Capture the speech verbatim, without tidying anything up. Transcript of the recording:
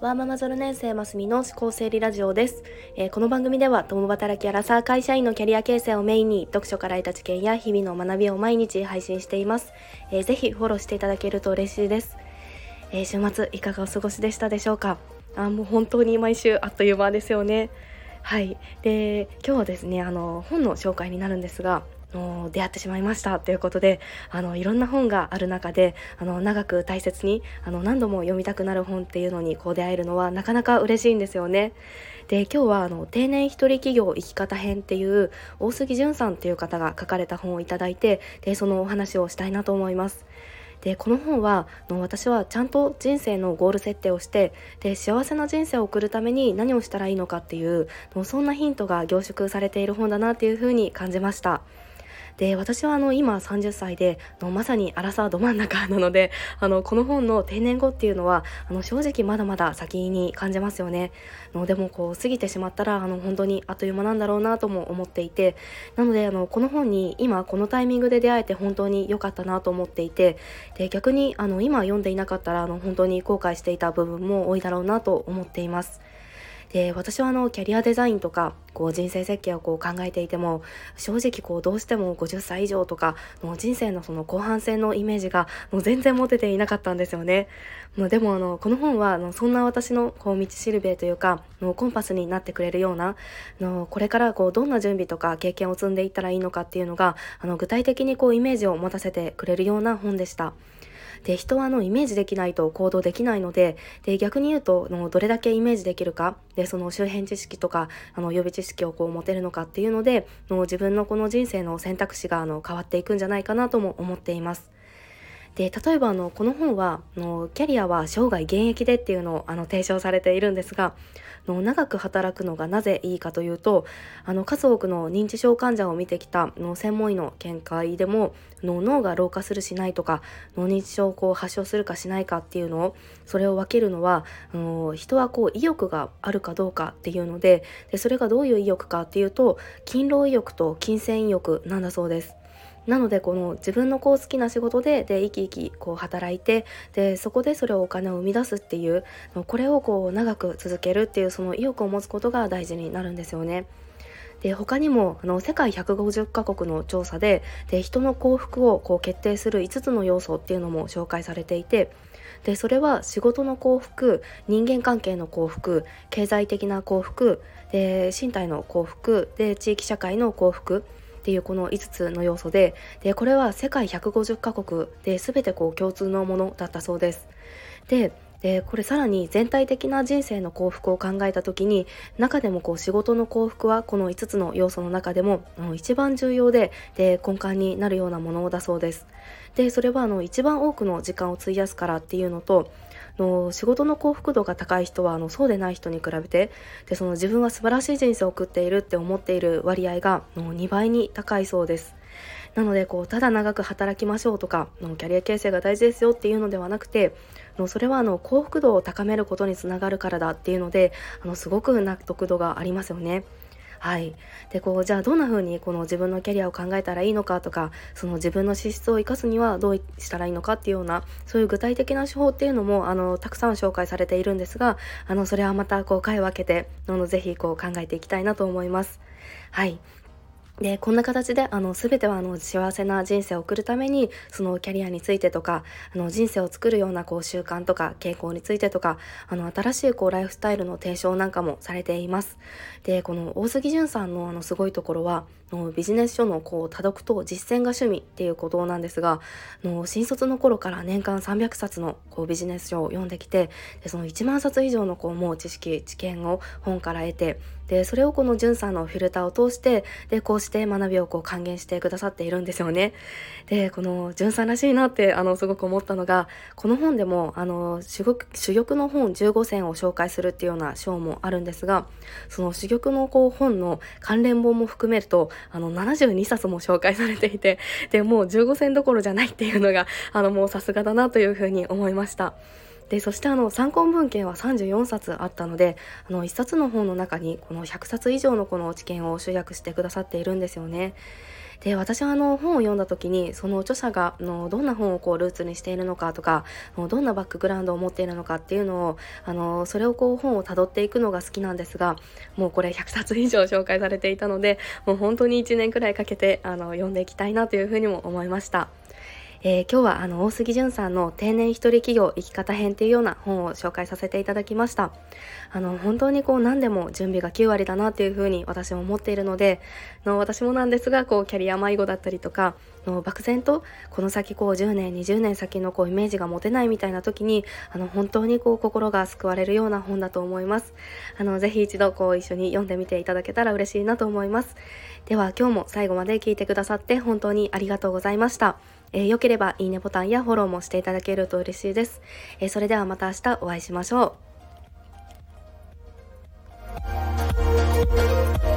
ワーママゾロ年生ますみの思考整理ラジオです、えー、この番組では共働きアラサー会社員のキャリア形成をメインに読書から得た知見や日々の学びを毎日配信しています、えー、ぜひフォローしていただけると嬉しいです、えー、週末いかがお過ごしでしたでしょうか。あもう本当に毎週あっという間ですよね。はい。で今日はですねあの本の紹介になるんですが、出会ってしまいましたということで、あのいろんな本がある中であの長く大切にあの何度も読みたくなる本っていうのにこう出会えるのはなかなか嬉しいんですよね。で今日はあの定年一人企業生き方編っていう大杉淳さんっていう方が書かれた本をいただいて、でそのお話をしたいなと思います。でこの本はの私はちゃんと人生のゴール設定をして、で幸せな人生を送るために何をしたらいいのかっていうのそんなヒントが凝縮されている本だなっていうふうに感じました。で私はあの今さんじゅっさいでのまさにアラサーど真ん中なので、あのこの本の定年後っていうのはあの正直まだまだ先に感じますよね。のでもこう過ぎてしまったらあの本当にあっという間なんだろうなとも思っていて、なのであのこの本に今このタイミングで出会えて本当に良かったなと思っていて、で逆にあの今読んでいなかったらあの本当に後悔していた部分も多いだろうなと思っています。で私はあのキャリアデザインとかこう人生設計をこう考えていても、正直こうどうしてもごじゅっさい以上とかの人生のその後半戦のイメージがもう全然持てていなかったんですよね。もうでもあのこの本はあのそんな私のこう道しるべというかのコンパスになってくれるようなのこれからこうどんな準備とか経験を積んでいったらいいのかっていうのがあの具体的にこうイメージを持たせてくれるような本でした。で人はあのイメージできないと行動できないので、で逆に言うとのどれだけイメージできるかで、その周辺知識とかあの予備知識をこう持てるのかっていうのでの自分のこの人生の選択肢があの変わっていくんじゃないかなとも思っています。で例えばあのこの本はのキャリアは生涯現役でっていうのをあの提唱されているんですが、の長く働くのがなぜいいかというと、あの数多くの認知症患者を見てきたの専門医の見解でもの脳が老化するしないとかの認知症をこう発症するかしないかっていうのをそれを分けるのはあの人はこう意欲があるかどうかっていうので、でそれがどういう意欲かっていうと勤労意欲と金銭意欲なんだそうです。なのでこの自分のこう好きな仕事でで生き生きこう働いて、でそこでそれをお金を生み出すっていうこれをこう長く続けるっていうその意欲を持つことが大事になるんですよね。で他にもあの世界ひゃくごじゅっカ国の調査でで人の幸福をこう決定するいつつの要素っていうのも紹介されていて、でそれは仕事の幸福、人間関係の幸福、経済的な幸福で身体の幸福で地域社会の幸福っていうこのいつつの要素で、でこれは世界ひゃくごじゅっカ国で全てこう共通のものだったそうです。ででこれさらに全体的な人生の幸福を考えた時に、中でもこう仕事の幸福はこのいつつの要素の中でもあの一番重要でで根幹になるようなものだそうです。でそれはあの一番多くの時間を費やすからっていうのと、の仕事の幸福度が高い人はあのそうでない人に比べてでその自分は素晴らしい人生を送っているって思っている割合がのにばいに高いそうです。なのでこうただ長く働きましょうとかのキャリア形成が大事ですよっていうのではなくて、のそれはあの幸福度を高めることにつながるからだっていうので、あのすごく納得度がありますよね。はい。でこうじゃあどんな風にこの自分のキャリアを考えたらいいのかとか、その自分の資質を生かすにはどうしたらいいのかっていうようなそういう具体的な手法っていうのもあのたくさん紹介されているんですが、あのそれはまたこう回を分けてあのぜひこう考えていきたいなと思います。はい。でこんな形であの全てはあの幸せな人生を送るためにそのキャリアについてとかあの人生を作るようなこう習慣とか傾向についてとかあの新しいこうライフスタイルの提唱なんかもされています。でこの大杉淳さんのあのすごいところはのビジネス書のこう多読と実践が趣味っていうことなんですが、の新卒の頃から年間さんびゃくさつのこうビジネス書を読んできて、でそのいちまんさつ以上のこうもう知識知見を本から得て、でそれをこのじゅんさんのフィルターを通してでこうして学びをこう還元してくださっているんですよね。でこのじゅんさんらしいなってあのすごく思ったのが、この本でもあの珠玉珠玉の本じゅうごせんを紹介するっていうような章もあるんですが、その珠玉のこう本の関連本も含めるとあのななじゅうにさつも紹介されていて、でもうじゅうごせんどころじゃないっていうのがあのもうさすがだなというふうに思いました。でそしてあの参考文献はさんじゅうよんさつあったので、あのいっさつの本の中にこのひゃくさつ以上のこの知見を集約してくださっているんですよね。 で、私はあの本を読んだ時に、その著者があのどんな本をこうルーツにしているのかとか、あのどんなバックグラウンドを持っているのかっていうのを、あのそれをこう本を辿っていくのが好きなんですが、もうこれひゃくさつ以上紹介されていたので、もう本当にいちねんくらいかけてあの読んでいきたいなというふうにも思いました。えー今日はあの大杉淳さんの定年一人企業生き方編っていうような本を紹介させていただきました。あの本当にこう何でも準備がきゅう割だなっていうふうに私も思っているので、の私もなんですがこうキャリア迷子だったりとかの漠然とこの先こうじゅうねんにじゅうねん先のこうイメージが持てないみたいな時に、あの本当にこう心が救われるような本だと思います。あのぜひ一度こう一緒に読んでみていただけたら嬉しいなと思います。では今日も最後まで聞いてくださって本当にありがとうございました。えー、良ければいいねボタンやフォローもしていただけると嬉しいです。えーそれではまた明日お会いしましょう。